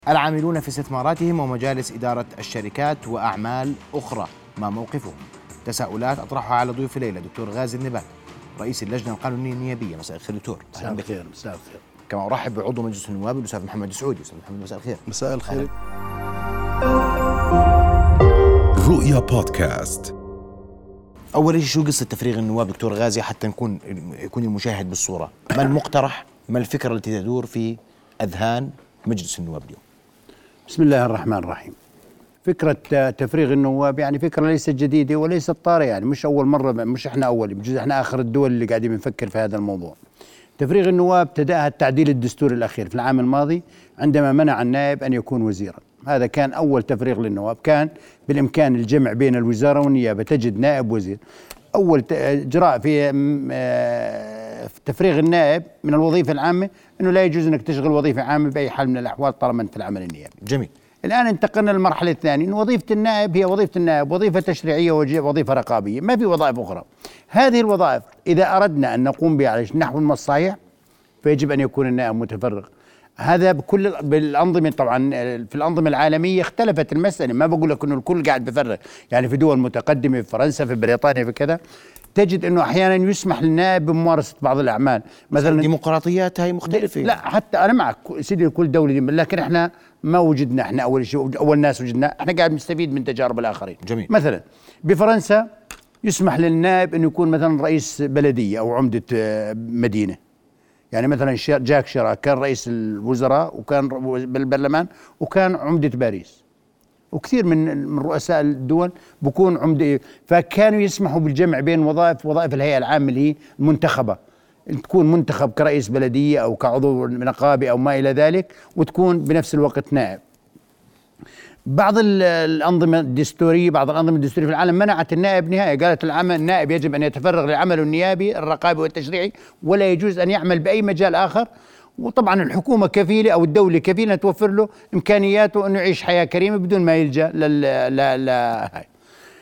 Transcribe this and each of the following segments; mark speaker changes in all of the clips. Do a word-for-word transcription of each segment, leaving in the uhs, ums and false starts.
Speaker 1: العاملون في استثماراتهم ومجالس إدارة الشركات وأعمال أخرى، ما موقفهم؟ تساؤلات أطرحها على ضيوف الليلة دكتور غازي النبات رئيس اللجنة القانونية النيابية. مساء الخير دكتور.
Speaker 2: مساء الخير. مساء الخير.
Speaker 1: كما أرحب بعضو مجلس النواب الأستاذ محمد السعودي. أستاذ محمد مساء الخير.
Speaker 2: مساء الخير.
Speaker 3: رؤيا بودكاست.
Speaker 1: أول شيء، شو قصة تفريغ النواب دكتور غازي حتى نكون يكون المشاهد بالصورة؟ ما المقترح؟ ما الفكرة التي تدور في أذهان مجلس النواب اليوم؟
Speaker 2: بسم الله الرحمن الرحيم. فكرة تفريغ النواب يعني فكرة ليست جديدة وليست طارئة، يعني مش أول مرة، مش إحنا أول، بجوز إحنا آخر الدول اللي قاعدين بنفكر في هذا الموضوع. تفريغ النواب ابتدأها التعديل الدستوري الأخير في العام الماضي عندما منع النائب أن يكون وزيرا. هذا كان أول تفريغ للنواب، كان بالإمكان الجمع بين الوزارة والنيابة، تجد نائب وزير. أول إجراء في تفريغ النائب من الوظيفة العامة أنه لا يجوز أنك تشغل وظيفة عامة بأي حال من الأحوال طالما أنت في العمل النيابي.
Speaker 1: جميل.
Speaker 2: الآن انتقلنا للمرحلة الثانية، أن وظيفة النائب هي وظيفة النائب، وظيفة تشريعية ووظيفة رقابية، ما في وظائف أخرى. هذه الوظائف إذا أردنا أن نقوم بها على نحو الصحيح فيجب أن يكون النائب متفرغ. هذا بكل بالأنظمة، طبعا في الأنظمة العالمية اختلفت المسألة، ما بقول لك أنه الكل قاعد بفرغ، يعني في دول متقدمة في فرنسا في بريطانيا في كذا تجد أنه أحيانا يسمح للنائب بممارسة بعض الأعمال، مثلا
Speaker 1: ديمقراطيات هاي مختلفة.
Speaker 2: لا حتى أنا معك سيدي، كل دولة دي، لكن إحنا ما وجدنا، إحنا أول شيء أول ناس وجدنا، إحنا قاعد نستفيد من تجارب الآخرين.
Speaker 1: جميل.
Speaker 2: مثلا بفرنسا يسمح للنائب أنه يكون مثلا رئيس بلدية أو عمدة مدينة، يعني مثلا جاك شيراك كان رئيس الوزراء وكان بالبرلمان وكان عمدة باريس، وكثير من من رؤساء الدول بكون عمدة، فكانوا يسمحوا بالجمع بين وظائف وظائف الهيئة العامة اللي هي المنتخبة، تكون منتخب كرئيس بلدية أو كعضو نقابي أو ما إلى ذلك، وتكون بنفس الوقت نائب. بعض الأنظمة الدستورية بعض الأنظمة الدستورية في العالم منعت النائب نهائي، قالت العمل النائب يجب أن يتفرغ للعمل النيابي الرقابي والتشريعي ولا يجوز أن يعمل بأي مجال آخر، وطبعا الحكومة كفيلة أو الدولة كفيلة توفر له إمكانياته أنه يعيش حياة كريمة بدون ما يلجأ لل لا لا هاي.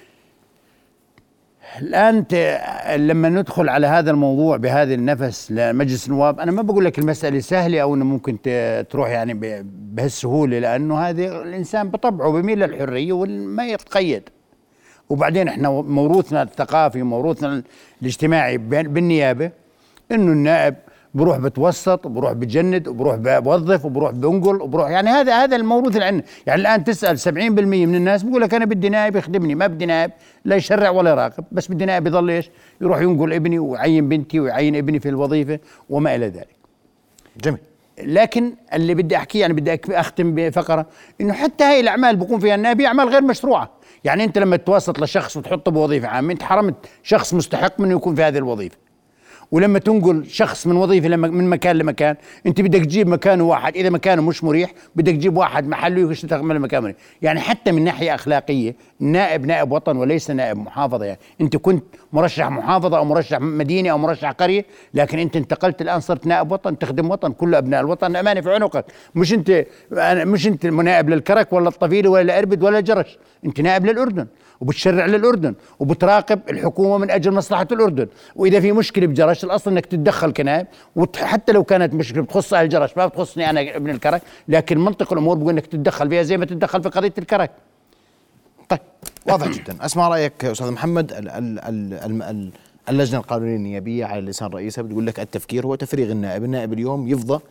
Speaker 2: الآن لما ندخل على هذا الموضوع بهذا النفس لمجلس النواب، أنا ما بقول لك المسألة سهلة أو أنه ممكن تروح يعني بهالسهولة، لأنه هذا الإنسان بطبعه بميل للحرية وما يتقيد. وبعدين إحنا موروثنا الثقافي وموروثنا الاجتماعي بالنيابة أنه النائب بروح بتوسط وبروح بتجند وبروح بوظف وبروح بنقل وبروح، يعني هذا هذا الموروث اللي عندنا. يعني الآن تسأل سبعين بالمئة من الناس بيقول لك أنا بدي نائب يخدمني، ما بدي نائب لا يشرع ولا يراقب، بس بدي نائب يضل إيش؟ يروح ينقل ابني ويعين بنتي ويعين ابني في الوظيفة وما إلى ذلك.
Speaker 1: جميل.
Speaker 2: لكن اللي بدي أحكيه، يعني بدي أختم بفقرة إنه حتى هاي الأعمال بيكون فيها النائب أعمال غير مشروعة. يعني أنت لما توسط لشخص وتحطه بوظيفة عامة أنت حرمت شخص مستحق منه يكون في هذه الوظيفة. ولما تنقل شخص من وظيفة لما من مكان لمكان انت بدك تجيب مكانه واحد، اذا مكانه مش مريح بدك تجيب واحد محله يشتغل من مكان مريح. يعني حتى من ناحية اخلاقية النائب نائب وطن وليس نائب محافظة. يعني انت كنت مرشح محافظة او مرشح مدينة او مرشح قرية، لكن انت انتقلت الان صرت نائب وطن تخدم وطن، كل ابناء الوطن امانة في عنقك. مش انت مش انت نائب للكرك ولا الطفيلة ولا الاربد ولا الجرش، انت نائب للاردن وبتشرع للأردن وبتراقب الحكومة من أجل مصلحة الأردن. وإذا في مشكلة بجرش الأصل أنك تتدخل كنائب، وحتى لو كانت مشكلة بتخص أهل الجرش ما بتخصني أنا ابن الكرك، لكن منطق الأمور بقول أنك تتدخل فيها زي ما تتدخل في قضية الكرك.
Speaker 1: طيب واضح جدا. أسمع رأيك أستاذ محمد. ال ال ال ال ال اللجنة القانونية النيابية على لسان رئيسها بتقول لك التفكير هو تفريغ النائب. النائب اليوم يفضى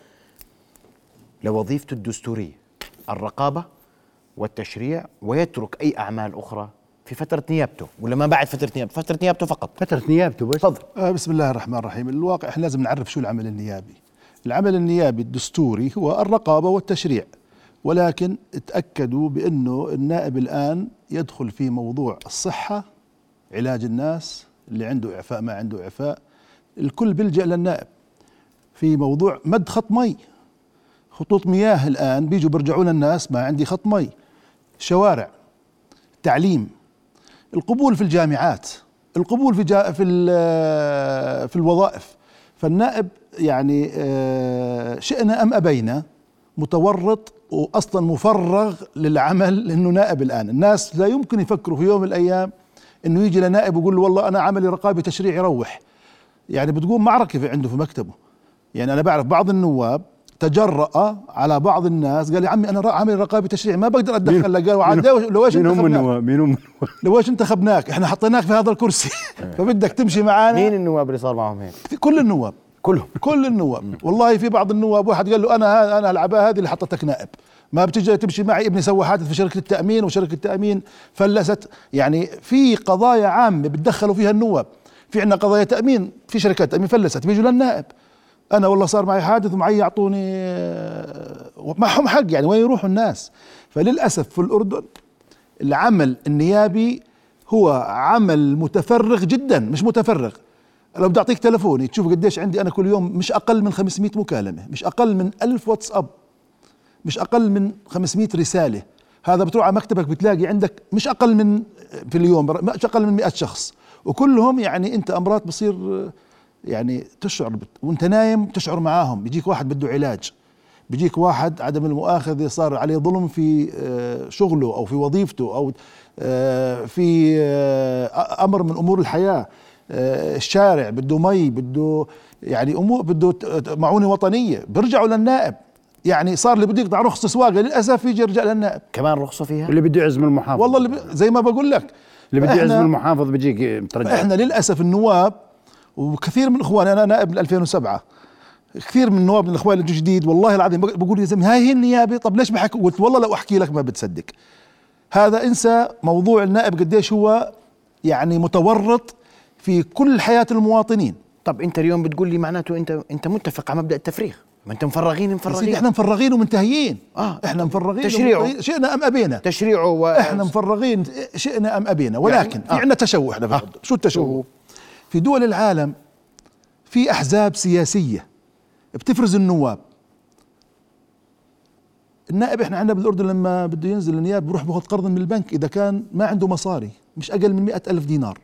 Speaker 1: لوظيفته الدستورية الرقابة والتشريع ويترك أي أعمال أخرى في فترة نيابته، ولا ما بعد فترة نيابته؟ فترة نيابته فقط.
Speaker 2: فترة نيابته بس.
Speaker 1: تفضل.
Speaker 4: آه بسم الله الرحمن الرحيم. الواقع احنا لازم نعرف شو العمل النيابي. العمل النيابي الدستوري هو الرقابة والتشريع، ولكن تأكدوا بأنه النائب الآن يدخل في موضوع الصحة، علاج الناس اللي عنده إعفاء ما عنده إعفاء، الكل بيلجأ للنائب. في موضوع مد خط مي، خطوط مياه الآن بيجوا بيرجعون الناس ما عندي خط مي، شوارع، تعليم، القبول في الجامعات، القبول في جا في في الوظائف. فالنائب يعني شئنا ام ابينا متورط واصلا مفرغ للعمل، لانه نائب الان. الناس لا يمكن يفكروا في يوم من الايام انه يجي لنائب ويقول له والله انا عملي رقابي تشريعي روح، يعني بتقوم معركه في عنده في مكتبه. يعني انا بعرف بعض النواب تجرأ على بعض الناس قال يا عمي انا عامل رقابي تشريعي ما بقدر اتدخل. قال وعاد لو ايش انتخبناك؟
Speaker 2: مين هم
Speaker 4: لو ايش انتخبناك؟ احنا حطيناك في هذا الكرسي فبدك تمشي معانا.
Speaker 1: مين النواب اللي صار معهم هيك؟
Speaker 4: في كل النواب
Speaker 1: كلهم
Speaker 4: كل النواب والله. في بعض النواب واحد قال له انا انا العباءه هذه اللي حطتك نائب، ما بتجي تمشي معي. ابني سوى حادث في شركه التامين وشركه التامين فلست. يعني في قضايا عامه بتدخلوا فيها النواب. في عندنا قضايا تامين في شركات تامين فلست بيجوا للنائب. انا والله صار معي حادث ومعي يعطوني معهم حق. يعني وين يروحوا الناس؟ فللاسف في الاردن العمل النيابي هو عمل متفرغ جدا. مش متفرغ، لو بدي اعطيك تلفوني تشوف قديش عندي انا كل يوم مش اقل من خمسمئة مكالمه، مش اقل من ألف واتساب، مش اقل من خمسمئة رساله. هذا بتروح على مكتبك بتلاقي عندك مش اقل من في اليوم مش اقل من مئة شخص، وكلهم يعني انت امراض بصير يعني تشعر وانت نايم تشعر معاهم. بيجيك واحد بده علاج، بيجيك واحد عدم المؤاخذة صار عليه ظلم في شغله أو في وظيفته أو في أمر من أمور الحياة، الشارع بده مي بده يعني أمور بده معونة وطنية، بيرجعوا للنائب. يعني صار اللي بده يقطع رخصة سواقة للأسف يجي يرجع للنائب.
Speaker 1: كمان رخصة فيها
Speaker 2: اللي بده يعزم المحافظ
Speaker 4: والله اللي زي ما بقول لك
Speaker 2: اللي بده يعزم المحافظ بيجيك ترجع.
Speaker 4: احنا للأسف النواب وكثير من إخواني، أنا نائب من ألفين وسبعة، كثير من النواب من الاخوان اللي جديد والله العظيم بقول يا زلمه هاي هي النيابه. طب ليش بحكي؟ قلت والله لو احكي لك ما بتصدق. هذا انسى موضوع النائب قديش هو يعني متورط في كل حياه المواطنين.
Speaker 1: طب انت اليوم بتقول لي معناته انت انت متفق على مبدا التفريغ؟ ما انت مفرغين مفرغين
Speaker 4: احنا مفرغين ومنتهيين.
Speaker 1: اه
Speaker 4: احنا مفرغين
Speaker 1: تشريعه
Speaker 4: شئنا ام ابينا
Speaker 1: تشريعه و...
Speaker 4: احنا مفرغين شئنا ام ابينا. ولكن يعني في آه. عندنا تشوه. احنا آه. شو التشوه؟ في دول العالم في احزاب سياسيه بتفرز النواب. النائب احنا عندنا بالاردن لما بده ينزل النياب بروح باخذ قرض من البنك اذا كان ما عنده مصاري مش اقل من مئة ألف دينار،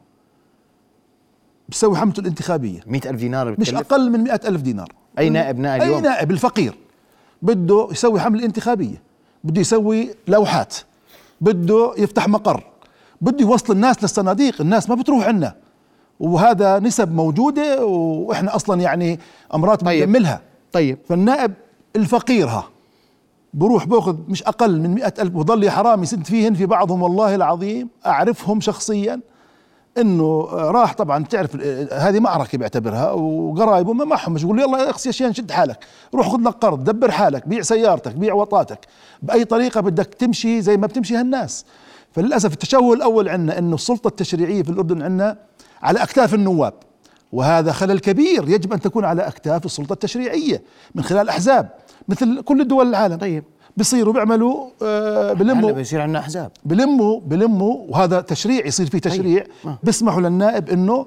Speaker 4: بيسوي حملته الانتخابيه.
Speaker 1: مئة ألف دينار بتكلف؟
Speaker 4: مش اقل من مئة ألف دينار.
Speaker 1: اي نائب نائب اليوم،
Speaker 4: اي نائب الفقير بده يسوي حمله انتخابيه، بده يسوي لوحات، بده يفتح مقر، بده يوصل الناس للصناديق. الناس ما بتروح عنا، وهذا نسب موجودة وإحنا أصلا يعني أمرات بنجملها.
Speaker 1: طيب
Speaker 4: فالنائب الفقير ها بروح باخذ مش أقل من مئة ألف وظل يا حرام يسد فيهن. في بعضهم والله العظيم أعرفهم شخصيا إنه راح، طبعا تعرف هذه معركة بيعتبرها وقرايبه ما معهم، مش يقول له يلا اغسل اشياء شد حالك، روح خذ لك قرض، دبر حالك، بيع سيارتك، بيع وطاتك، بأي طريقة بدك تمشي زي ما بتمشي هالناس. فللأسف التشوه الأول عندنا إنه السلطة التشريعية في الأردن عندنا على أكتاف النواب، وهذا خلل كبير يجب أن تكون على أكتاف السلطة التشريعية من خلال أحزاب مثل كل دول العالم.
Speaker 1: طيب
Speaker 4: بيصيروا بيعملوا آه بلموا
Speaker 1: بيصير عندنا أحزاب
Speaker 4: بلموا بلموا وهذا تشريع يصير فيه تشريع.
Speaker 1: طيب.
Speaker 4: بيسمحوا للنائب إنه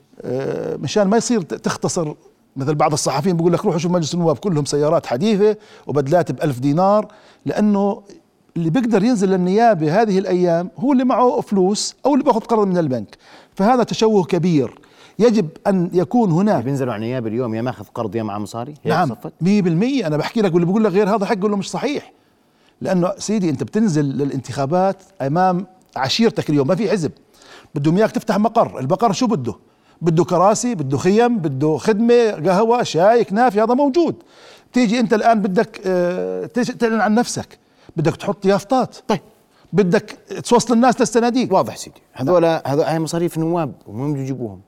Speaker 4: آه مشان ما يصير تختصر. مثل بعض الصحفيين بيقول لك روحوا شوفوا مجلس النواب كلهم سيارات حديثة وبدلات بألف دينار، لأنه اللي بيقدر ينزل للنيابة هذه الأيام هو اللي معه فلوس أو اللي بياخذ قرض من البنك. فهذا تشوه كبير يجب أن يكون هناك.
Speaker 1: بينزلوا على النيابة اليوم يا ماخذ قرض يا معه مصاري.
Speaker 4: نعم مية بالمية. أنا بحكي لك واللي بقول لك غير هذا حق له مش صحيح، لأنه سيدي أنت بتنزل للانتخابات أمام عشيرتك. اليوم ما في حزب بدهم إياك تفتح مقر. المقر شو بده؟ بده كراسي، بده خيم، بده خدمة، قهوة، شاي، كنافة، هذا موجود. تيجي أنت الآن بدك اه تعلن عن نفسك، بدك تحط يافطات.
Speaker 1: طيب
Speaker 4: بدك توصل الناس للصناديق.
Speaker 1: واضح سيدي. هذول هذول هاي مصاريف نواب ومين بده يجيبوهم؟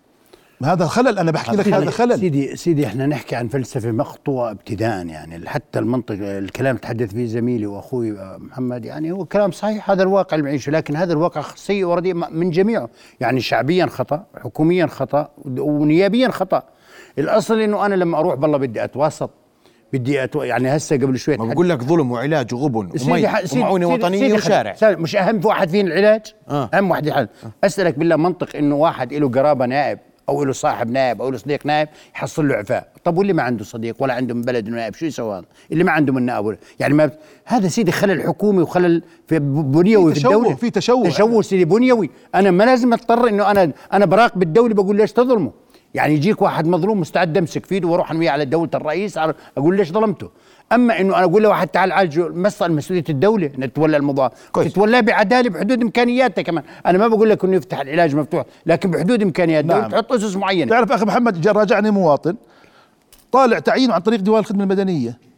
Speaker 4: هذا خلل. انا بحكي لك هذا خلل.
Speaker 2: سيدي سيدي احنا نحكي عن فلسفه مخطوه ابتداء. يعني حتى المنطق الكلام تحدث فيه زميلي واخوي محمد يعني هو كلام صحيح، هذا الواقع اللي بنعيشه، لكن هذا الواقع سيء ورديء من جميعه. يعني شعبيا خطا، حكوميا خطا، ونيابيا خطا. الاصل انه انا لما اروح بالله بدي اتوسط، بدي أتو... يعني هسه قبل شوي
Speaker 1: ما بقول لك ظلم وعلاج وغبن ومي ومعونه وطنيه وشارع.
Speaker 2: مش اهم واحد فين العلاج؟
Speaker 1: آه.
Speaker 2: اهم واحد الحل. آه. اسالك بالله منطق انه واحد له قرابه نائب او له صاحب نائب او له صديق نائب يحصل له عفاء؟ طب واللي ما عنده صديق ولا عنده من بلد نائب شو يسوي هذا؟ اللي ما عنده من نائب يعني ما هذا سيدي خلل حكومي وخلل في بنيوي في, في الدوله.
Speaker 4: في تشوه
Speaker 2: تشوه سيدي بنيوي. انا ما لازم اضطر انه انا انا براقب الدوله بقول ليش تظلمه. يعني يجيك واحد مظلوم مستعد امسك فيه واروح انويه على دوله الرئيس اقول ليش ظلمته. اما انه انا اقول له واحد تعال عالجه مسألة مسؤوليه الدوله ان تتولى الموضوع، تتولاه بعداله بحدود امكانياتها. كمان انا ما بقول لك انه يفتح العلاج مفتوح، لكن بحدود امكانيات الدوله. نعم. تحط اسس معينه.
Speaker 4: تعرف اخي محمد راجعني مواطن طالع تعيينه عن طريق ديوان الخدمه المدنيه،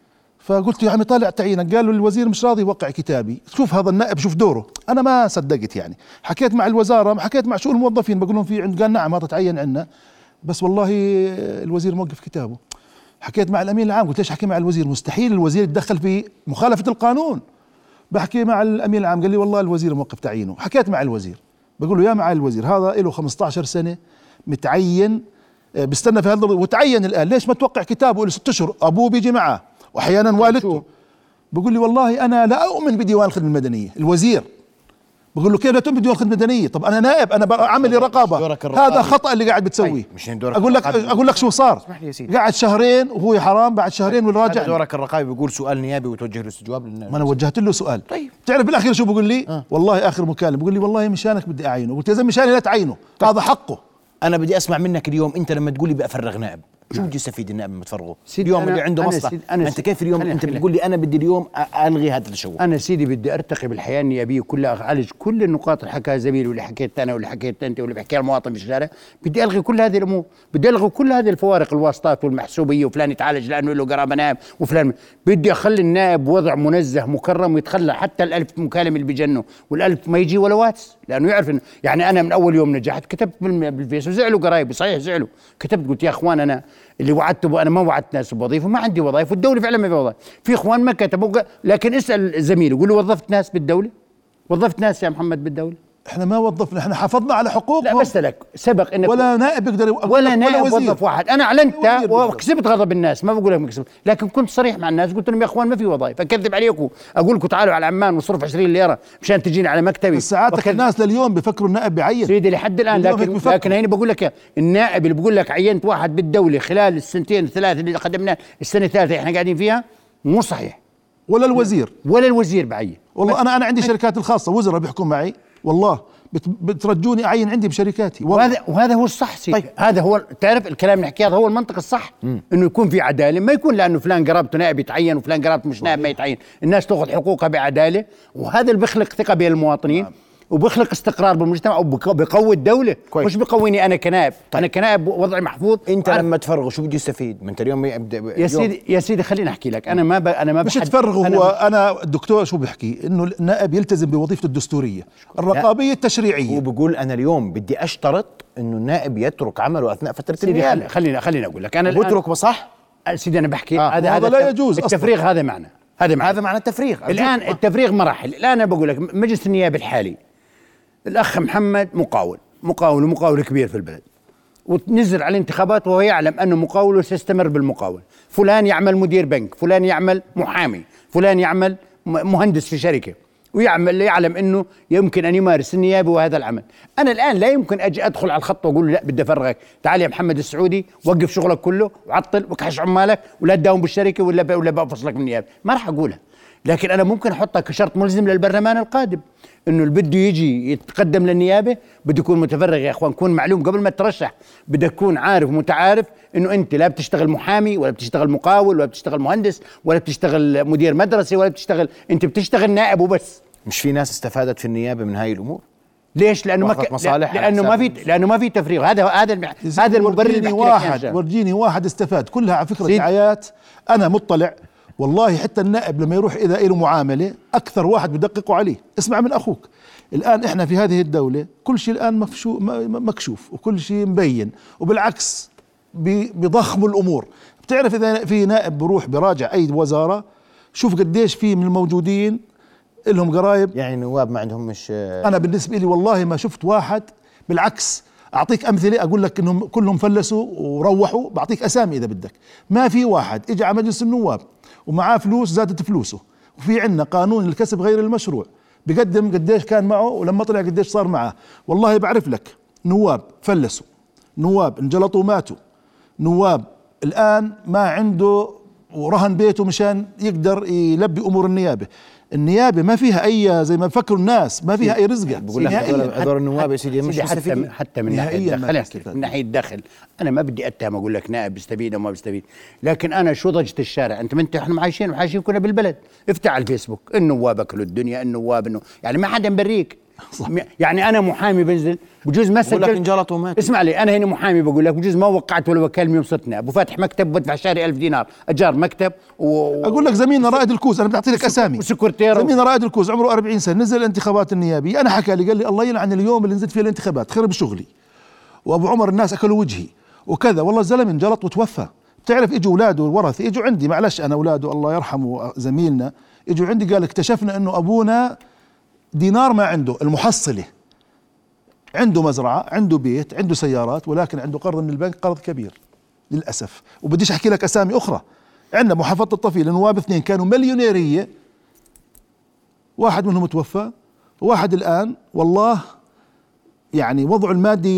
Speaker 4: فقلت يا عمي طالع تعيينك، قالوا الوزير مش راضي يوقع كتابي. شوف هذا النائب شوف دوره. انا ما صدقت يعني، حكيت مع الوزاره، حكيت مع شؤون الموظفين، بقول لهم في عند، قال نعم هذا تعين عندنا بس والله الوزير موقف كتابه. حكيت مع الامين العام، قلت ليش حكي مع الوزير؟ مستحيل الوزير يتدخل في مخالفه القانون. بحكي مع الامين العام قال لي والله الوزير موقف تعيينه. حكيت مع الوزير بقول له يا معالي الوزير هذا له خمسة عشر سنه متعين بيستنى في هذا وتعين الان، ليش ما توقع كتابه له ست اشهر؟ ابوه بيجي معاه واحيانا والدته. بقول لي والله انا لا اؤمن بديوان الخدمه المدنيه. الوزير بقول له كيف لا تؤمن بديوان الخدمه المدنيه؟ طب انا نائب، انا بعمل رقابه، هذا خطا اللي قاعد بتسويه. اقول لك اقول لك شو صار؟ قاعد شهرين وهو حرام، بعد شهرين والراجع
Speaker 1: دورك الرقابي بيقول سؤال نيابي وتوجه له استجواب للنائب.
Speaker 4: ما انا وجهت له سؤال.
Speaker 1: طيب
Speaker 4: تعرف بالاخير شو بقول لي؟ أه. والله اخر مكالمه بقول لي والله مشانك بدي اعينه. قلت يا زلمه مشاني لا تعينه، طيب. هذا حقه.
Speaker 1: انا بدي اسمع منك اليوم، انت لما تقول لي بافرغ نائب شو بده يستفيد النائب لما تفرغه؟ اليوم اللي عنده مصلحه، انت كيف اليوم انت بتقول لي انا بدي اليوم الغي هذا التشوه؟
Speaker 2: انا سيدي بدي ارتقي بالحياه النيابيه كلها، اعالج كل النقاط اللي حكاها زميلي واللي حكيت انا واللي حكيت انت واللي بحكيها المواطن في الشارع. بدي الغي كل هذه الامور، بدي الغي كل هذه الفوارق، الواسطات والمحسوبيه، وفلان يتعالج لانه له قرابه نائب وفلان. بدي اخلي النائب وضع منزه مكرم، ويتخلى حتى الالف مكالمه اللي بيجنوا والالف ما يجي ولا واتس، لانه يعرف انه يعني انا من اول يوم نجحت كتبت بالفيس وزعلوا قرايبي، صحيح زعلوا، كتبت قلت يا اخوان انا اللي وعدته، انا ما وعدت ناس بوظيفه، ما عندي وظائف والدوله فعلا ما في وظائف. في اخوان ما كتبوا، لكن اسال زميلي قول له وظفت ناس بالدوله؟ وظفت ناس يا محمد بالدوله؟
Speaker 4: احنا ما وظفنا، احنا حافظنا على حقوقهم.
Speaker 2: لا بس لك سبق انك
Speaker 4: ولا نائب يقدر
Speaker 2: ولا نائب وظف واحد. انا اعلنت وكسبت غضب الناس، ما بقول لك ما كسبت، لكن كنت صريح مع الناس، قلت لهم يا اخوان ما في وظائف. اكذب عليكم اقول لكم تعالوا على عمان واصرف عشرين ليره مشان تجيني على مكتبي.
Speaker 4: ساعات الناس لليوم بفكروا النائب بعين
Speaker 2: سيدي لحد الان، لكن لكن هيني بقول لك النائب اللي بقول لك عينت واحد بالدوله خلال السنتين الثلاثه اللي قدمنا، السنه الثالثه احنا قاعدين فيها، مو صحيح.
Speaker 4: ولا الوزير
Speaker 2: ولا الوزير بعين.
Speaker 4: والله انا انا عندي شركات الخاصه وزراء بيحكوا معي، والله بترجوني اعين عندي بشركاتي.
Speaker 2: وهذا وهذا هو الصح سيدي. طيب. هذا هو، تعرف الكلام اللي نحكيه هذا هو المنطق الصح، م. انه يكون في عداله، ما يكون لانه فلان قرابته نائب يتعين وفلان قرابته مش نائب ما يتعين، الناس تاخذ حقوقها بعداله، وهذا اللي بيخلق ثقه بين المواطنين. نعم. وبيخلق استقرار بالمجتمع وبيقوي الدوله. كويس. مش بيقويني انا كنائب. طيب. انا كنائب وضعي محفوظ.
Speaker 1: انت لما تفرغه شو بده يستفيد؟ ما انت اليوم
Speaker 2: يا سيدي يا سيدي خليني احكي لك، انا ما ب... انا ما
Speaker 4: مش تفرغه. هو انا الدكتور شو بحكي؟ انه النائب يلتزم بوظيفته الدستوريه الرقابيه التشريعيه.
Speaker 1: هو بقول انا اليوم بدي اشترط انه النائب يترك عمله اثناء فتره النيابه.
Speaker 2: خليني خليني اقول لك انا
Speaker 1: بترك صح
Speaker 2: سيدي، انا بحكي
Speaker 4: آه. هذا هذا لا يجوز
Speaker 2: التفريغ أصلاً. هذا معنى هذا معنى
Speaker 1: هذا معنى التفريغ.
Speaker 2: الان آه. التفريغ مراحل. الان انا بقول لك مجلس النيابه الحالي الأخ محمد مقاول مقاول ومقاول كبير في البلد، ونزل على الانتخابات وهو يعلم أنه مقاول سيستمر بالمقاول. فلان يعمل مدير بنك، فلان يعمل محامي، فلان يعمل مهندس في شركة، ويعمل يعلم أنه يمكن أن يمارس النيابة وهذا العمل. أنا الآن لا يمكن أجي أدخل على الخط وأقول له لا بدي أفرغك، تعال يا محمد السعودي وقف شغلك كله وعطل وكحش عمالك ولا تداوم بالشركة ولا ولا بفصلك من النيابة. ما راح أقولها، لكن أنا ممكن أحطها كشرط ملزم للبرلمان القادم، انه اللي بده يجي يتقدم للنيابه بده يكون متفرغ. يا اخوان كون معلوم قبل ما ترشح، بدك تكون عارف ومتعارف انه انت لا بتشتغل محامي ولا بتشتغل مقاول ولا بتشتغل مهندس ولا بتشتغل مدير مدرسه ولا بتشتغل، انت بتشتغل نائب وبس.
Speaker 1: مش في ناس استفادت في النيابه من هاي الامور؟
Speaker 2: ليش؟ لانه ما ك... لانه ما في لانه ما في تفريغ. هذا هذا الم... هذا المبرر اللي
Speaker 4: واحد ورجيني واحد استفاد، كلها على فكره دعايات. انا مطلع والله، حتى النائب لما يروح اذا له معامله اكثر واحد بدققوا عليه. اسمع من اخوك، الان احنا في هذه الدوله كل شيء الان مفشو مكشوف وكل شيء مبين، وبالعكس بضخموا الامور. بتعرف اذا في نائب بروح براجع اي وزاره، شوف قديش في من الموجودين لهم قرايب،
Speaker 1: يعني نواب ما عندهم مش.
Speaker 4: انا بالنسبه لي والله ما شفت واحد، بالعكس اعطيك امثله اقول لك انهم كلهم فلسوا وروحوا، بعطيك اسامي اذا بدك. ما في واحد اجى على مجلس النواب ومعاه فلوس زادت فلوسه، وفي عندنا قانون الكسب غير المشروع بقدم قديش كان معه ولما طلع قديش صار معه. والله بعرف لك نواب فلسوا، نواب انجلطوا ماتوا، نواب الان ما عنده ورهن بيته مشان يقدر يلبي امور النيابه. النيابه ما فيها اي زي ما بفكروا الناس، ما فيها اي رزقه.
Speaker 1: بقول لك هذول النواب يا سيدي مش
Speaker 2: حتى, حتى من ناحيه الدخل، من ناحيه الدخل انا ما بدي اتهم اقول لك نائب بيستفيد او ما بيستفيد، لكن انا شو ضجه الشارع؟ انت ما انت احنا عايشين وعايشين كنا بالبلد، افتح على الفيسبوك النواب اكلوا الدنيا، النواب انه يعني ما حدا مبريك.
Speaker 4: صح.
Speaker 2: يعني انا محامي بنزل بجوز ما
Speaker 1: بقول لك
Speaker 2: سجلت.
Speaker 1: انجلط وما
Speaker 2: اسمع لي، انا هنا محامي بقول لك بجوز ما وقعت ولا وكاله من صرتنا، ابو فاتح مكتب بدفع شهري ألف دينار اجار مكتب و...
Speaker 4: اقول لك زميلنا رائد الكوز، انا بدي اعطي لك اسامي
Speaker 2: وسكرتير.
Speaker 4: زميلنا رائد الكوز عمره أربعين سنه نزل الانتخابات النيابيه، انا حكى لي قال لي الله يلعن اليوم اللي نزلت فيه الانتخابات خرب شغلي، وابو عمر الناس اكلوا وجهي وكذا، والله الزلمه انجلط وتوفى. بتعرف اجوا اولاده الورث اجوا عندي، معلش انا اولاده الله يرحمه زميلنا، اجوا عندي قال اكتشفنا انه ابونا دينار ما عنده، المحصله عنده مزرعه، عنده بيت، عنده سيارات، ولكن عنده قرض من البنك، قرض كبير للاسف. وبديش احكي لك اسامي اخرى، عندنا محافظه الطفيل نواب اثنين كانوا مليونيريه، واحد منهم توفى، وواحد الان والله يعني وضعه المادي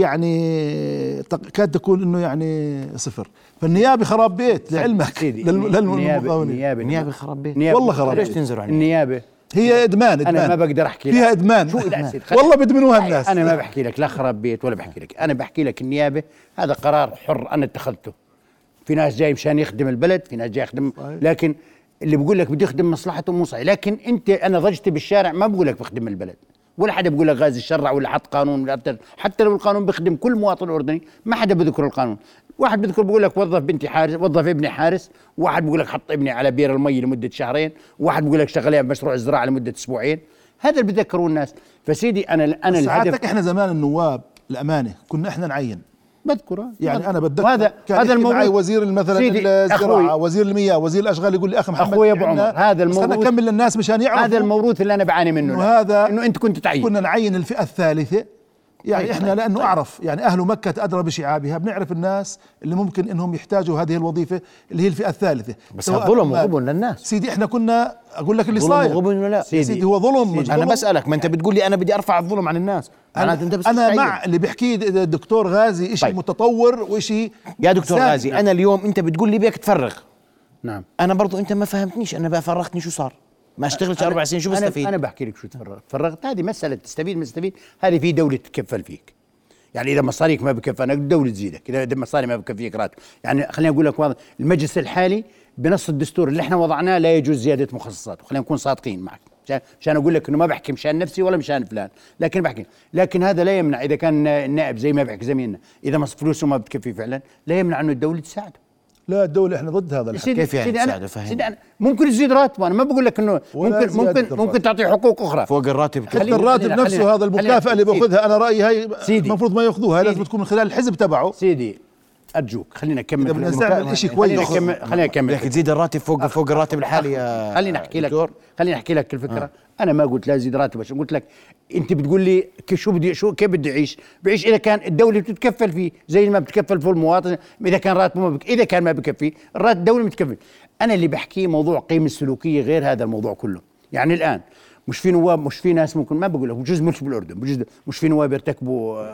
Speaker 4: يعني كاد تكون انه يعني صفر. فالنيابه خراب بيت لعلمك.
Speaker 2: النيابه
Speaker 1: النيابه خراب بيت
Speaker 2: والله
Speaker 4: خراب
Speaker 1: ليش تنزلوا عن
Speaker 2: النيابه؟
Speaker 4: هي ادمان ادمان
Speaker 2: انا ما بقدر احكي لك
Speaker 4: فيها ادمان
Speaker 2: شو
Speaker 4: والله بدمنوها الناس.
Speaker 2: انا ما بحكي لك لا خراب بيت ولا بحكي لك، انا بحكي لك النيابه هذا قرار حر انا اتخذته. في ناس جاي مشان يخدم البلد، في ناس جاي يخدم، لكن اللي بقول لك بده يخدم مصلحته مو صحيح. لكن انت انا ضجتي بالشارع ما بقول لك بخدم البلد، ولا حدا بقول لك غازي الشرع ولا حط قانون ولا أبتر. حتى لو القانون بيخدم كل مواطن اردني ما حدا بذكر القانون. واحد بذكر بقول لك وظف بنتي حارس، وظف ابني حارس، واحد بقول لك حط ابني على بير المي لمده شهرين، واحد بقول لك شغلها بمشروع الزراعه لمده اسبوعين. هذا اللي بذكروا الناس. فسيدي انا انا
Speaker 4: ساعتك احنا زمان النواب الامانه كنا احنا نعين
Speaker 2: بذكره
Speaker 4: يعني انا بتذكر
Speaker 2: هذا
Speaker 4: هذا الموضوع وزير مثلا الزراعه، وزير المياه، وزير الاشغال، يقول لي اخي محمد
Speaker 2: اخوي ابو عمر هذا الموروث،
Speaker 4: انا اكمل للناس مشان يعرفوا
Speaker 2: هذا الموروث اللي انا بعاني منه.
Speaker 4: إنه هذا
Speaker 2: انه انت كنت تعين،
Speaker 4: كنا نعين الفئه الثالثه يعني
Speaker 2: طيب
Speaker 4: احنا
Speaker 2: طيب
Speaker 4: لانه
Speaker 2: طيب
Speaker 4: اعرف يعني اهل مكه ادرى بشعابها، بنعرف الناس اللي ممكن انهم يحتاجوا هذه الوظيفه اللي هي الفئه الثالثه.
Speaker 1: بس ظلم وغبن للناس
Speaker 4: سيدي. احنا كنا اقول لك اللي صاير
Speaker 1: ظلم وغبن ولا لا
Speaker 4: سيدي, سيدي هو ظلم.
Speaker 1: سيدي انا بسالك، ما انت بتقول لي انا بدي ارفع الظلم عن الناس.
Speaker 4: انا, أنت بس أنا مع اللي بيحكيه الدكتور غازي شيء طيب. متطور وشيء
Speaker 1: يا دكتور سابق. غازي انا اليوم انت بتقول لي بدك تفرغ،
Speaker 2: نعم
Speaker 1: انا برضو انت ما فهمتنيش، انا بقى فرغتني شو صار؟ ما اشتغلتش اربع سنين شو بستفيد؟
Speaker 2: انا, أنا بحكي لك شو تفرغت. فرغت هذه مساله تستفيد ما تستفيد، هذه في دوله تتكفل فيك. يعني اذا مصاريك ما بكفي انا الدوله تزيدك، اذا مصاري ما بكفيك راتب. يعني خليني اقول لك واضح، المجلس الحالي بنص الدستور اللي احنا وضعناه لا يجوز زياده مخصصات، وخلينا نكون صادقين معك مشان اقول لك انه ما بحكي مشان نفسي ولا مشان فلان، لكن بحكي. لكن هذا لا يمنع اذا كان النائب زي ما بحكي زميلنا اذا فلوسه ما بتكفي فعلا لا يمنع انه الدوله تساعده.
Speaker 4: لا الدولة احنا ضد هذا الحكي.
Speaker 1: كيف يعني تساعده؟ فهم.
Speaker 2: ممكن تزيد راتبه، انا ما بقول لك انه ممكن ممكن ممكن تعطيه حقوق اخرى
Speaker 1: فوق الراتب.
Speaker 4: حتى الراتب نفسه هذا المكافأة اللي باخذها انا رأيي هي المفروض ما ياخذوها، لازم تكون من خلال الحزب تبعه.
Speaker 2: سيدي ارجوك خلينا نكمل.
Speaker 4: اذا بدنا نعمل شيء كويس
Speaker 2: خلينا نكمل.
Speaker 1: بدك تزيد الراتب فوق فوق الراتب الحالي يا
Speaker 2: خليني احكي لك خليني احكي لك الفكره. آه. انا ما قلت لا زيد راتب، قلت لك انت بتقول لي شو بدي شو كيف بدي اعيش؟ بعيش اذا كان الدوله بتتكفل فيه زي ما بتكفل في المواطن، اذا كان راتبه ما بك... اذا كان ما بكفي الراتب الدوله متكفل. انا اللي بحكيه موضوع قيمه السلوكيه غير هذا الموضوع كله. يعني الان مش في نواب، مش في ناس ممكن ما بقول لك بجوز مش بالاردن، بجوز مش في نواب يرتكبوا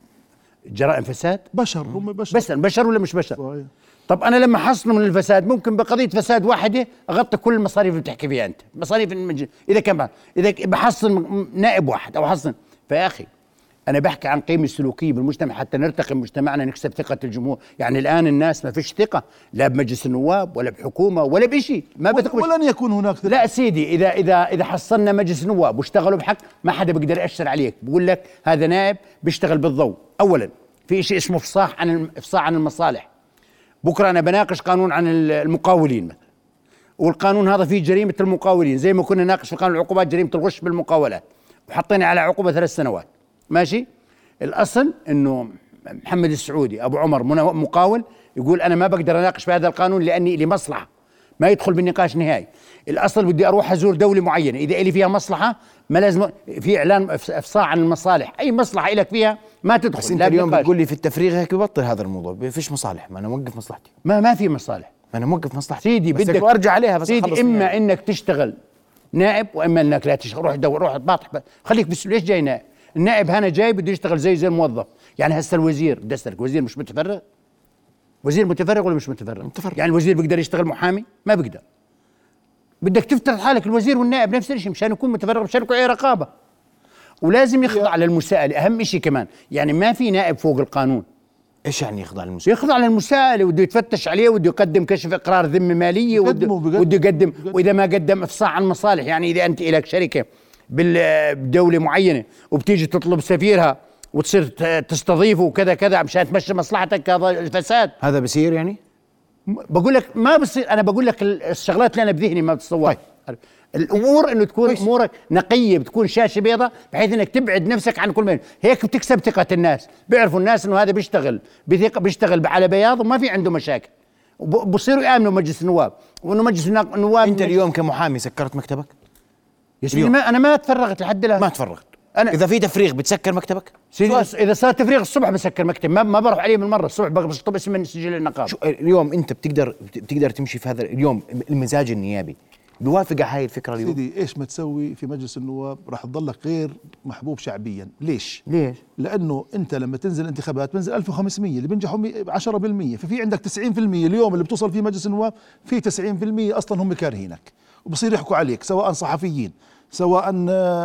Speaker 2: جرائم فساد.
Speaker 4: بشر هم بشر
Speaker 2: بس بشر ولا مش بشر؟
Speaker 4: صحيح.
Speaker 2: طب انا لما حصنه من الفساد ممكن بقضيه فساد واحده اغطي كل المصاريف اللي بتحكي فيها انت، مصاريف المج... اذا كان اذا بحصن نائب واحد او حصن. فيا اخي انا بحكي عن قيمه السلوكيه بالمجتمع حتى نرتقي مجتمعنا نكسب ثقه الجمهور. يعني الان الناس ما فيش ثقه لا بمجلس النواب ولا بحكومه ولا بشيء، ما بثق.
Speaker 4: ولن يكون هناك ثقة.
Speaker 2: لا سيدي، اذا اذا اذا حصلنا مجلس نواب واشتغلوا بحق ما حدا بيقدر يأشر عليك. بقول لك هذا نائب بيشتغل بالضوء. اولا في شيء اسمه افصاح عن افصاح عن المصالح. بكره انا بناقش قانون عن المقاولين مثلا، والقانون هذا فيه جريمه المقاولين زي ما كنا ناقش في قانون العقوبات جريمه الغش بالمقاولات، وحطينا على عقوبه ثلاث سنوات. ماشي. الاصل انه محمد السعودي ابو عمر مقاول يقول انا ما بقدر اناقش بهذا القانون لاني لي مصلحه، ما يدخل بالنقاش نهائي. الاصل بدي اروح ازور دوله معينه، اذا لي فيها مصلحه ما لازم في اعلان افصاح عن المصالح، اي مصلحه لك فيها ما تدخل.
Speaker 1: بس انت اليوم بتقول لي في التفريغ هيك ببطل هذا الموضوع، ما فيش مصالح، ما انا موقف مصلحتي.
Speaker 2: ما ما في مصالح،
Speaker 1: ما انا موقف مصلحتي
Speaker 2: سيدي.
Speaker 1: بس
Speaker 2: بدك
Speaker 1: ارجع عليها بس
Speaker 2: سيدي، اما يعني. انك تشتغل نائب واما انك لا تشتغل. روح دور روح باطح خليك بس. ليش جاي نائب؟ النائب هنا جاي بده يشتغل زي زي الموظف. يعني هسه الوزير بدي اسالك، وزير مش متفرغ؟ وزير متفرغ ولا مش متفرغ؟
Speaker 1: متفرغ.
Speaker 2: يعني الوزير بيقدر يشتغل محامي؟ ما بيقدر. بدك تفترض حالك الوزير والنائب نفس الشيء مشان يكون متفرغ، مشان يكون عليه رقابه، ولازم يخضع للمساءله. اهم شيء كمان يعني ما في نائب فوق القانون.
Speaker 1: ايش يعني يخضع للمساءله؟
Speaker 2: يخضع للمساءله، وده يتفتش عليه، وده يقدم كشف اقرار ذمه ماليه، وده يقدم، وده يقدم، واذا ما قدم افصاح عن مصالح. يعني اذا انت لك شركه بدولة معينة وبتيجي تطلب سفيرها وتصير تستضيفه وكذا كذا مشان تمشي مصلحتك، هذا الفساد.
Speaker 1: هذا بصير يعني؟
Speaker 2: بقول لك ما بصير، انا بقول لك الشغلات اللي انا بذهني ما بتصور.
Speaker 1: طيب.
Speaker 2: الامور انه تكون كويس. امورك نقيه، بتكون شاشه بيضاء بحيث انك تبعد نفسك عن كل من هيك بتكسب ثقه الناس، بيعرفوا الناس انه هذا بيشتغل بثقه، بيشتغل على بياض وما في عنده مشاكل، وبصيروا يامنوا مجلس النواب، وانه مجلس النواب.
Speaker 1: انت اليوم كمحامي سكرت مكتبك؟
Speaker 2: يا سيدي ما انا ما تفرغت لحد الان.
Speaker 1: ما تفرغت. أنا اذا في تفريغ بتسكر مكتبك؟
Speaker 2: اذا صار تفريغ الصبح بسكر مكتب، ما, ما بروح عليه من مره الصبح، بشطب اسم من سجل النقابه.
Speaker 1: شو اليوم انت بتقدر بتقدر تمشي في هذا اليوم المزاج النيابي بيوافق على هاي الفكره اليوم؟
Speaker 4: سيدي ايش ما تسوي في مجلس النواب راح تضلك غير محبوب شعبيا. ليش؟
Speaker 1: ليش؟
Speaker 4: لانه انت لما تنزل انتخابات بنزل ألف وخمسمية، اللي بينجحوا عشرة بالمية، ففي عندك تسعين بالمية اليوم اللي بتوصل فيه مجلس النواب، في تسعين بالمية اصلا هم كارهينك وبصير يحكوا عليك، سواء صحفيين سواء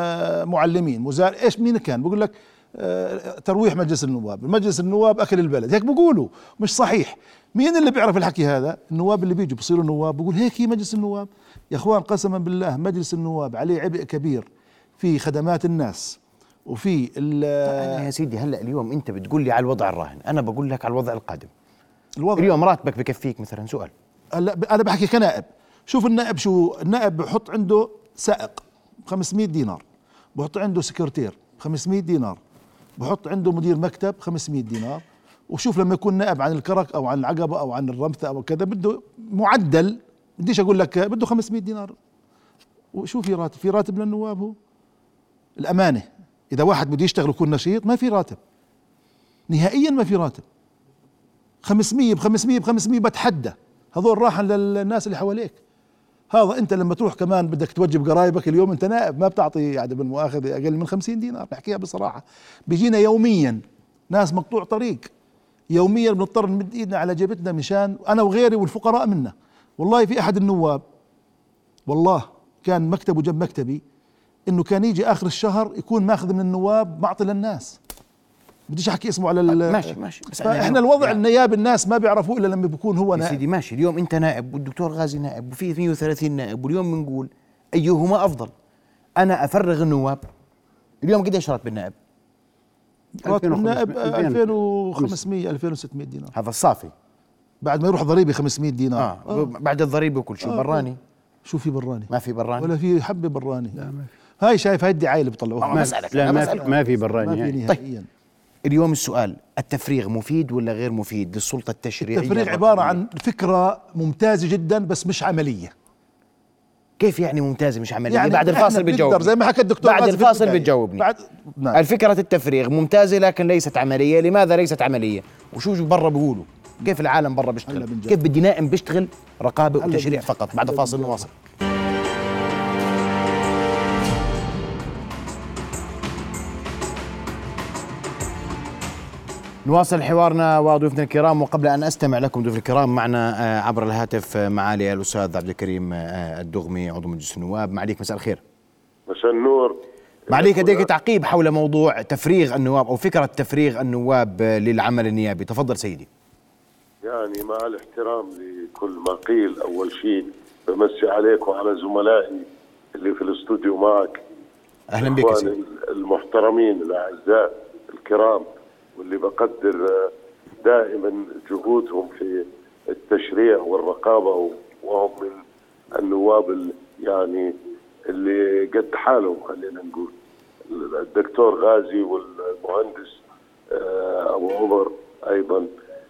Speaker 4: معلمين مزار ايش مين كان بقول لك ترويح مجلس النواب، مجلس النواب اكل البلد، هيك بقولوا مش صحيح. مين اللي بيعرف الحكي هذا؟ النواب اللي بيجوا بصيروا نواب بقول هيك هي مجلس النواب. يا اخوان قسما بالله مجلس النواب عليه عبء كبير في خدمات الناس وفي
Speaker 1: أنا يا سيدي هلا اليوم انت بتقول لي على الوضع الراهن، انا بقول لك على الوضع القادم.
Speaker 4: الوضع
Speaker 1: اليوم راتبك بكفيك مثلا؟ سؤال.
Speaker 4: هلا انا بحكي كنائب. شوف النائب شو النائب بحط عنده سائق خمسمية دينار، بحط عنده سكرتير خمسمية دينار، بحط عنده مدير مكتب خمسمية دينار. وشوف لما يكون نائب عن الكرك او عن العقبه او عن الرمثه او كذا بده معدل، بديش اقول لك بده خمسمية دينار. وشو في راتب؟ في راتب للنواب؟ هو الامانه اذا واحد بده يشتغل ويكون نشيط ما في راتب نهائيا، ما في راتب. خمسمية ب خمسمية ب خمسمية بتحدى هذول راحا للناس اللي حواليك. هذا انت لما تروح كمان بدك توجب قرايبك، اليوم انت نائب ما بتعطي يعني بالمؤاخذه اقل من خمسين دينار، بحكيها بصراحه. بيجينا يوميا ناس مقطوع طريق، يوميا بنضطر نمد ايدنا على جيبتنا مشان انا وغيري والفقراء منا. والله في احد النواب والله كان مكتبه جنب مكتبي، انه كان يجي اخر الشهر يكون ماخذ من النواب معطي للناس. بديش احكي اسمه على
Speaker 1: ماشي ماشي
Speaker 4: بس فاحنا الوضع يعني النيابي الناس ما بيعرفوه الا لما بيكون هو
Speaker 1: يا
Speaker 4: نائب.
Speaker 1: سيدي ماشي، اليوم انت نائب والدكتور غازي نائب وفي مية وثلاثين نائب، واليوم بنقول ايهما افضل؟ انا افرغ النواب. اليوم قديش راتب النائب؟
Speaker 4: راتب النائب ألفين وخمسمية ألفين وستمية دينار،
Speaker 1: هذا الصافي
Speaker 4: بعد ما يروح ضريبه خمسمية دينار.
Speaker 1: آه. آه. بعد الضريبه وكل شيء. آه. براني
Speaker 4: شو في براني؟
Speaker 1: ما في براني
Speaker 4: ولا في حبه براني. لا ما في. هاي شايف هاي الدعايه اللي بيطلعوها.
Speaker 2: ما لا ما في, ما في براني.
Speaker 4: ما في نهائيا.
Speaker 1: طيب. اليوم السؤال، التفريغ مفيد ولا غير مفيد للسلطه التشريعيه؟
Speaker 4: التفريغ عباره عن فكره ممتازه جدا بس مش عمليه.
Speaker 1: كيف يعني ممتازه مش عمليه؟
Speaker 4: يعني
Speaker 1: بعد الفاصل بتجاوبني،
Speaker 4: زي ما حكى الدكتور
Speaker 1: بعد الفاصل بتجاوبني.
Speaker 4: بعد
Speaker 1: نعم. الفكره التفريغ ممتازه لكن ليست عمليه. لماذا ليست عمليه؟ وشو برا بيقولوا؟ كيف العالم برا بيشتغل؟ كيف بدي نائم بيشتغل رقابه وتشريع فقط؟ بعد فاصل نواصل. نواصل حوارنا وضيوفنا الكرام، وقبل أن أستمع لكم ضيوف الكرام معنا عبر الهاتف معالي الأستاذ عبد الكريم الدغمي عضو مجلس النواب. معاليك مساء الخير.
Speaker 5: مساء النور.
Speaker 1: معاليك لديك تعقيب حول موضوع تفريغ النواب أو فكرة تفريغ النواب للعمل النيابي، تفضل سيدي.
Speaker 5: يعني مع الاحترام لكل ما قيل، أول شيء بمسي عليك وعلى زملائي اللي في الاستوديو معك.
Speaker 1: أهلا بك سيدي.
Speaker 5: المحترمين الأعزاء الكرام واللي بقدر دائما جهودهم في التشريع والرقابة، وهم من النواب يعني اللي قد حالهم خلينا نقول. الدكتور غازي والمهندس أبو عمر أيضا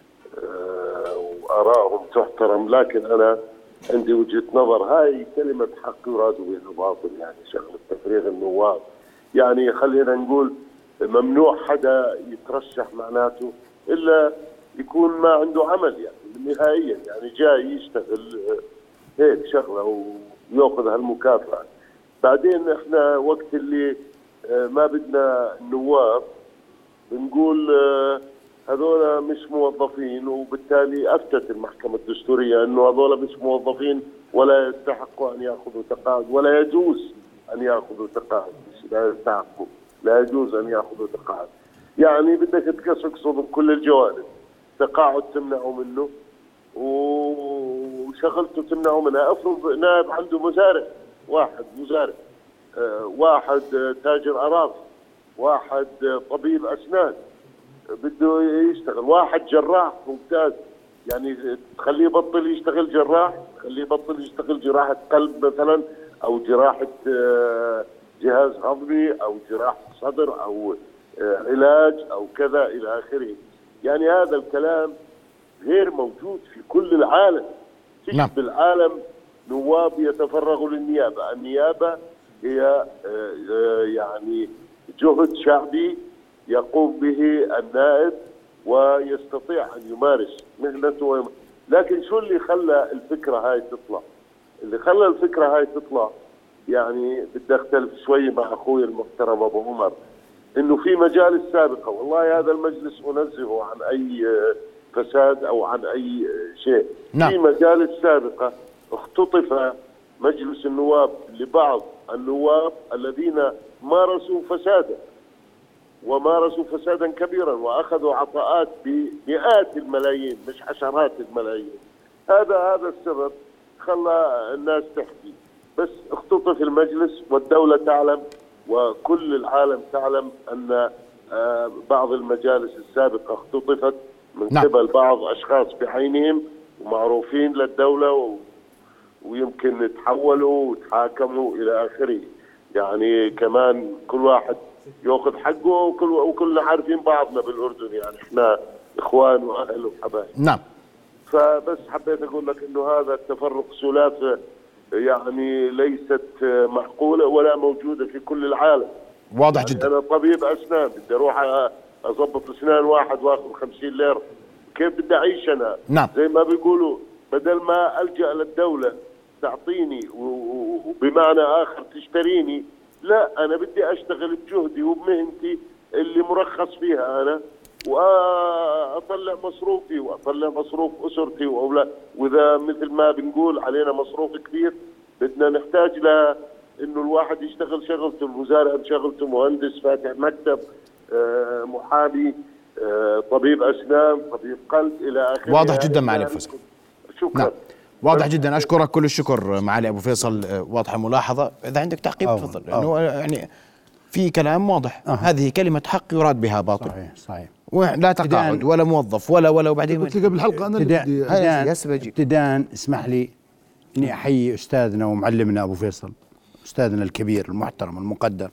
Speaker 5: وآرائهم تحترم، لكن أنا عندي وجهة نظر. هاي كلمة حق يراد بها باطل، يعني شغلة تفريغ النواب يعني خلينا نقول ممنوع حدا يترشح معناته إلا يكون ما عنده عمل يعني نهائيا، يعني جاي يشتغل هيك شغلة ويأخذ هالمكافأة. بعدين احنا وقت اللي ما بدنا النواب بنقول هذولا مش موظفين، وبالتالي أفتت المحكمة الدستورية أنه هذولا مش موظفين ولا يستحقوا أن يأخذوا تقاعد، ولا يجوز أن يأخذوا تقاعد. لا يستحقوا، لا يجوز أن يأخذوا تقاعد. يعني بدك تقصقصه من كل الجوانب، تقاعد تمنعه منه وشغلته تمنعه منها. افرض نائب عنده مزارع واحد مزارع واحد تاجر أراضي، واحد طبيب أسنان بده يشتغل، واحد جراح ممتاز، يعني تخليه يبطل يشتغل جراح، تخليه يبطل يشتغل جراحة قلب مثلا، أو جراحة جهاز هضمي، أو جراحة صدر، أو علاج، أو كذا إلى آخره. يعني هذا الكلام غير موجود في كل العالم.
Speaker 1: نعم.
Speaker 5: في العالم نواب يتفرغوا للنيابة. النيابة هي يعني جهد شعبي يقوم به النائب ويستطيع أن يمارس مهنته. لكن شو اللي خلى الفكرة هاي تطلع؟ اللي خلى الفكرة هاي تطلع يعني بدي أختلف شوي مع أخوي المحترم أبو عمر، إنه في مجالس سابقة والله هذا المجلس أنزهه عن أي فساد أو عن أي شيء.
Speaker 1: نعم.
Speaker 5: في مجالس سابقة اختطف مجلس النواب لبعض النواب الذين مارسوا فسادا، ومارسوا فسادا كبيرا، واخذوا عطاءات بمئات الملايين مش عشرات الملايين. هذا هذا السبب خلى الناس تحكي. بس اختطف المجلس، والدولة تعلم وكل العالم تعلم ان بعض المجالس السابقة اختطفت من
Speaker 1: نعم.
Speaker 5: قبل بعض اشخاص بعينهم ومعروفين للدولة، و ويمكن تحولوا وتحاكموا الى اخره. يعني كمان كل واحد ياخذ حقه، وكل وكلنا عارفين بعضنا بالاردن، يعني احنا اخوان واهل وحبايب.
Speaker 1: نعم.
Speaker 5: فبس حبيت اقول لك انه هذا التفرق ثلاثي يعني ليست معقوله ولا موجوده في كل العالم.
Speaker 1: واضح
Speaker 5: يعني
Speaker 1: جدا.
Speaker 5: انا طبيب اسنان بدي اروح اضبط اسنان واحد واخذ خمسين ليره، كيف بدي اعيش انا؟
Speaker 1: نعم.
Speaker 5: زي ما بيقولوا بدل ما الجا للدوله تعطيني وبمعنى اخر تشتريني، لا انا بدي اشتغل بجهدي وبمهنتي اللي مرخص فيها انا، واطلع مصروفي واطلع مصروف اسرتي واولاد. واذا مثل ما بنقول علينا مصروف كبير، بدنا نحتاج ل انه الواحد يشتغل شغلته، الوزاره شغلته، مهندس فاتح مكتب، محامي، طبيب اسنان، طبيب قلب الى اخره.
Speaker 1: واضح جدا معالي ابو فيصل.
Speaker 5: شكرا.
Speaker 1: نعم. واضح جدا، اشكرك كل الشكر معالي ابو فيصل. واضحه ملاحظه، اذا عندك تعقيب تفضل، لانه يعني في كلام واضح. أه. هذه كلمه حق يراد بها باطل.
Speaker 2: صحيح صحيح.
Speaker 1: لا تقاعد ولا موظف ولا ولا وبعدين
Speaker 4: قلت لي قبل الحلقه انا
Speaker 2: ابتداء ابتداء اسمح لي اني احيي استاذنا ومعلمنا ابو فيصل، استاذنا الكبير المحترم المقدر.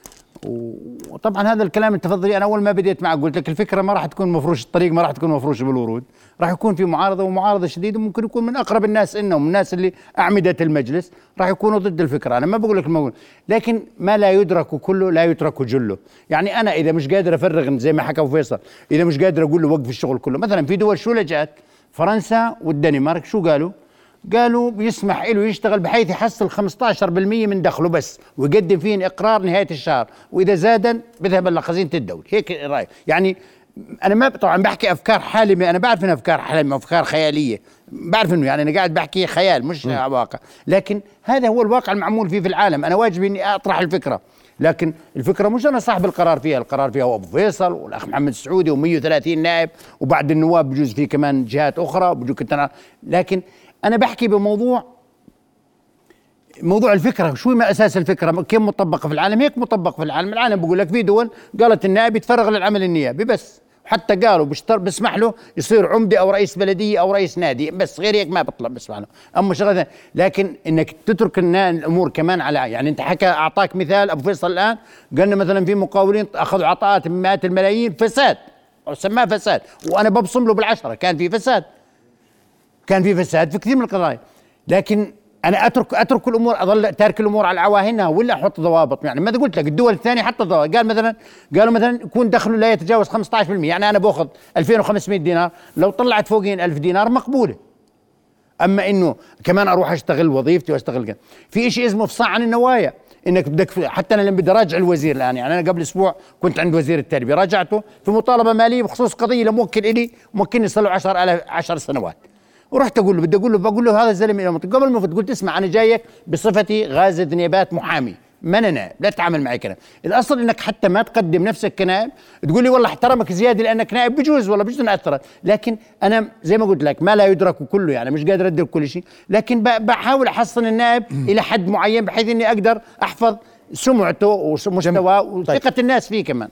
Speaker 2: وطبعا هذا الكلام التفضلي انا اول ما بديت معك قلت لك الفكره ما راح تكون مفروش الطريق، ما راح تكون مفروشه بالورود، راح يكون في معارضه ومعارضه شديده، وممكن يكون من اقرب الناس انهم الناس اللي اعمده المجلس راح يكونوا ضد الفكره. انا ما بقول لك الموضوع، لكن ما لا يدرك كله لا يترك جله. يعني انا اذا مش قادر افرغ زي ما حكى ابو فيصل، اذا مش قادر اقول له وقف الشغل كله، مثلا في دول شو لجأت فرنسا والدنمارك شو قالوا؟ قالوا بيسمح له يشتغل بحيث يحصل خمسة عشر بالمئة من دخله بس، ويقدم فيه اقرار نهايه الشهر، واذا زاد بذهب لخزينه الدوله. هيك راي. يعني انا ما طبعا بحكي افكار حالمه، انا بعرف انها افكار حالمه وافكار خياليه، بعرف انه يعني انا قاعد بحكي خيال مش واقع، لكن هذا هو الواقع المعمول فيه في العالم. انا واجبي اني اطرح الفكره، لكن الفكره مش انا صاحب القرار فيها، القرار فيها هو ابو فيصل والاخ محمد السعودي ومئة وثلاثين نائب، وبعد النواب بجوز فيه كمان جهات اخرى بجوز كنت. لكن انا بحكي بموضوع موضوع الفكره، شو ما اساس الفكره، كيف مطبقه في العالم؟ هيك مطبق في العالم. العالم بقول لك في دول قالت النائب يتفرغ للعمل النيابي بس، حتى قالوا بشتر بسمح له يصير عمده او رئيس بلديه او رئيس نادي بس، غير هيك ما بطلع بسمح له. اما شغله، لكن انك تترك الامور كمان على، يعني انت حكى اعطاك مثال ابو فيصل الان، قلنا مثلا في مقاولين اخذوا عطاءات من مئات الملايين، فساد او سماه فساد، وانا ببصم له بالعشره، كان في فساد، كان في فساد في كثير من القضايا. لكن انا اترك اترك الامور، اظل تارك الامور على عواهنها ولا احط ضوابط؟ يعني ماذا قلت لك الدول الثانيه حطت ضوابط، قال مثلا قالوا مثلا يكون دخله لا يتجاوز خمسة عشر بالمئة، يعني انا باخذ ألفين وخمسمئة دينار، لو طلعت فوقين ألف دينار مقبوله. اما انه كمان اروح اشتغل وظيفتي واشتغل كده. في شيء اسمه افصاح عن النوايا، انك بدك، حتى انا لما بدي اراجع الوزير الان، يعني انا قبل اسبوع كنت عند وزير التربيه راجعته في مطالبه ماليه بخصوص قضيه لموكل الي، موكلني صار له عشر سنوات، ورحت اقول له بدي اقول له بقول له هذا الزلمه الى منطقه قبل ما فت، قلت اسمع انا جايك بصفتي غازي نيابات محامي، ما انا نائب، لا تتعامل معي كلام. الاصل انك حتى ما تقدم نفسك كنائب، تقول لي والله احترمك زياده لانك نائب، بجوز والله بجوز اثرت، لكن انا زي ما قلت لك ما لا يدرك كله، يعني مش قادر ادرك كل شيء، لكن بحاول احصن النائب الى حد معين بحيث اني اقدر احفظ سمعته ومستواه وثقة
Speaker 1: طيب.
Speaker 2: الناس فيه كمان.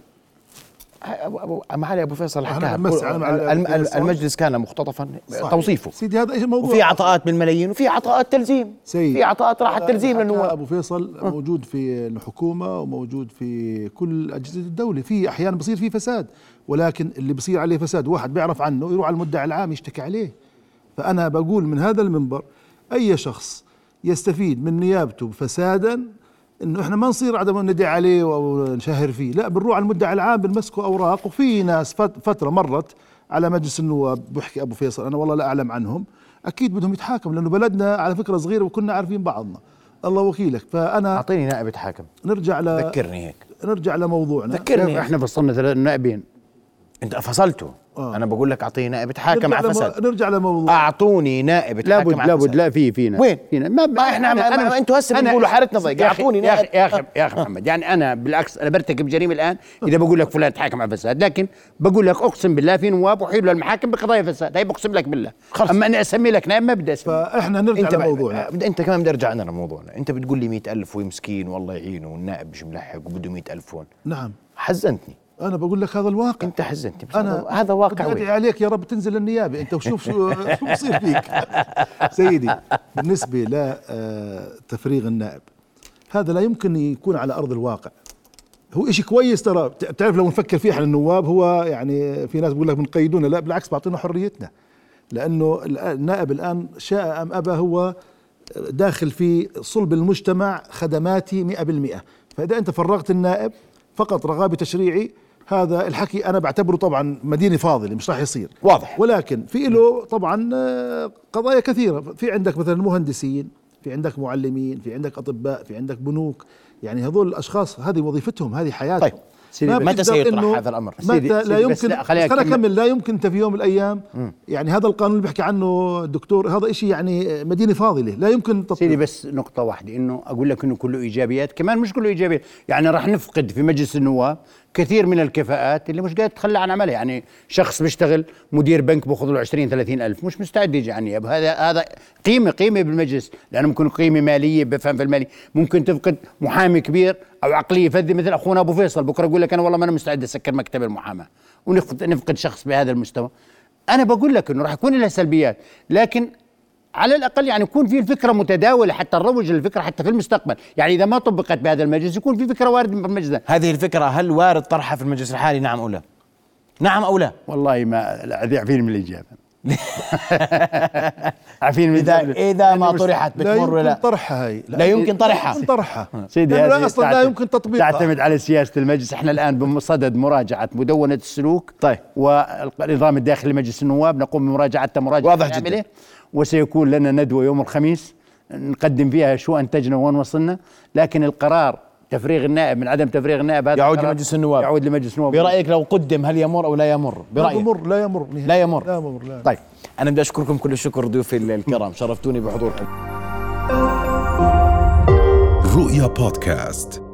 Speaker 1: أبو معالي أبو فيصل
Speaker 4: أنا
Speaker 1: حكى
Speaker 4: بمسي على معالي أبو فيصل.
Speaker 1: المجلس كان مختطفا
Speaker 4: صحيح.
Speaker 1: توصيفه،
Speaker 4: سيدي هذا موضوع
Speaker 1: وفي عطاءات بالملايين وفي عطاءات تلزيم،
Speaker 4: سيد.
Speaker 1: في عطاءات راحت تلزيم للنواب.
Speaker 4: ابو فيصل موجود في الحكومه وموجود في كل اجهزه الدوله، في احيانا بصير في فساد، ولكن اللي بصير عليه فساد واحد بيعرف عنه يروح على المدعي العام يشتكي عليه. فانا بقول من هذا المنبر اي شخص يستفيد من نيابته فسادا انه احنا ما نصير عدم ندعي عليه او نشهر فيه، لا بنروح على المدعي العام بنمسكه اوراق. وفي ناس فتره مرت على مجلس النواب بحكي ابو فيصل انا والله لا اعلم عنهم، اكيد بدهم يتحاكم لانه بلدنا على فكره صغيره وكنا عارفين بعضنا، الله وكيلك. فانا
Speaker 1: اعطيني نائب يتحاكم،
Speaker 4: نرجع ل
Speaker 1: ذكرني هيك،
Speaker 4: نرجع لموضوعنا.
Speaker 1: ذكرني.
Speaker 2: احنا فصلنا ثلاث نائبين،
Speaker 1: انت فصلته.
Speaker 4: آه.
Speaker 1: انا بقول لك اعطيني نائب يتحاكم على
Speaker 4: نرجع,
Speaker 1: فساد.
Speaker 4: لمو... نرجع لموضوع
Speaker 1: اعطوني نائب يتحاكم
Speaker 2: لابد
Speaker 1: على
Speaker 2: لابد
Speaker 1: فساد.
Speaker 2: لا في فينا
Speaker 1: وين؟
Speaker 2: فينا ما,
Speaker 1: ما احنا
Speaker 2: أنا
Speaker 1: أنا
Speaker 2: أنا
Speaker 1: انتوا هسه بتقولوا حالتنا ضيقه،
Speaker 2: يا أخي
Speaker 1: اعطوني
Speaker 2: يا اخي
Speaker 1: نائب.
Speaker 2: يا اخي يا اخي محمد، يعني انا بالعكس انا برتكب جريمه الان اذا بقول لك فلان يتحاكم على فساد، لكن بقول لك اقسم بالله في نواب وحيلوا للمحاكم بقضايا فساد، هي بقسم لك بالله.
Speaker 1: خلص.
Speaker 2: اما اني اسمي لك نائب ما بدي اسمي.
Speaker 4: فاحنا نرجع
Speaker 1: انت
Speaker 4: لموضوعنا.
Speaker 1: ب... انت كمان بدي ارجع انا لموضوعنا. انت بتقول لي مئة ألف ومسكين والله يعينه والنائب مش ملحق وبده مئة ألف هون.
Speaker 4: نعم
Speaker 1: حزنتني.
Speaker 4: انا بقول لك هذا الواقع.
Speaker 1: انت حزنتني بس
Speaker 4: انا
Speaker 1: هذا واقع.
Speaker 4: بدي ادعي عليك يا رب تنزل النيابه انت وشوف شو شو بصير فيك. سيدي بالنسبه لتفريغ النائب هذا لا يمكن يكون على ارض الواقع. هو إشي كويس ترى، بتعرف لو نفكر فيه على النواب هو يعني في ناس بقول لك بنقيدونا، لا بالعكس بعطينا حريتنا، لانه النائب الان شاء ام ابى هو داخل في صلب المجتمع خدماتي مئة بالمئة. فاذا انت فرغت النائب فقط رغابه تشريعي، هذا الحكي انا بعتبره طبعا مدينه فاضله مش راح يصير
Speaker 1: واضح.
Speaker 4: ولكن في له طبعا قضايا كثيره، في عندك مثلا مهندسين، في عندك معلمين، في عندك اطباء، في عندك بنوك، يعني هذول الاشخاص هذه وظيفتهم هذه حياتهم.
Speaker 1: طيب سيدي متى سيطرح هذا الامر؟
Speaker 4: متى لا يمكن لا خلينا نكمل لا يمكن انت في يوم من الايام م. يعني هذا القانون اللي بيحكي عنه الدكتور هذا إشي يعني مدينه فاضله لا يمكن تطبيق.
Speaker 2: سيدي بس نقطه واحده انه اقول لك انه كله ايجابيات، كمان مش كله ايجابيات، يعني راح نفقد في مجلس النواب كثير من الكفاءات اللي مش قادر تتخلى عن عملها. يعني شخص بيشتغل مدير بنك باخذ له عشرين ثلاثين ألف مش مستعد يجي عن نيابه، هذا هذا قيمه قيمه بالمجلس، لانه ممكن قيمه ماليه بفهم في المالي. ممكن تفقد محامي كبير او عقليه فذه مثل اخونا ابو فيصل، بكره يقول لك انا والله ما انا مستعد اسكر مكتب المحاماه، ونفقد نفقد شخص بهذا المستوى. انا بقول لك انه راح يكون لها سلبيات، لكن على الاقل يعني يكون في الفكره متداوله حتى نروج للفكره حتى في المستقبل، يعني اذا ما طبقت بهذا المجلس يكون في فكره وارده من المجلس ده.
Speaker 1: هذه الفكره هل وارد طرحها في المجلس الحالي؟ نعم او لا؟ نعم او لا؟
Speaker 2: والله ما عارفين من الاجابه. عارفين من
Speaker 1: اذا اذا ما طرحت بتمر ولا
Speaker 4: لا يمكن طرحها هاي
Speaker 1: لا, لا يمكن طرحها
Speaker 4: يمكن طرحها
Speaker 2: سيدي
Speaker 4: لا اصلا لا يمكن تطبيقها،
Speaker 2: تعتمد على سياسه المجلس. احنا الان بصدد مراجعه مدونه السلوك
Speaker 1: طيب
Speaker 2: والنظام الداخلي لمجلس النواب، نقوم بمراجعتها مراجعه
Speaker 1: واضح جدا،
Speaker 2: وسيكون لنا ندوه يوم الخميس نقدم فيها شو انتجنا وين وصلنا، لكن القرار تفريغ النائب من عدم تفريغ النائب هذا
Speaker 1: يعود لمجلس النواب،
Speaker 2: يعود لمجلس النواب.
Speaker 1: برايك لو قدم هل يمر او لا يمر؟ برايك
Speaker 4: لا يمر لا يمر
Speaker 1: لا يمر,
Speaker 4: لا يمر لا.
Speaker 1: طيب انا بدي اشكركم كل الشكر ضيوفي الكرام، شرفتوني بحضوركم.
Speaker 3: رؤيا بودكاست.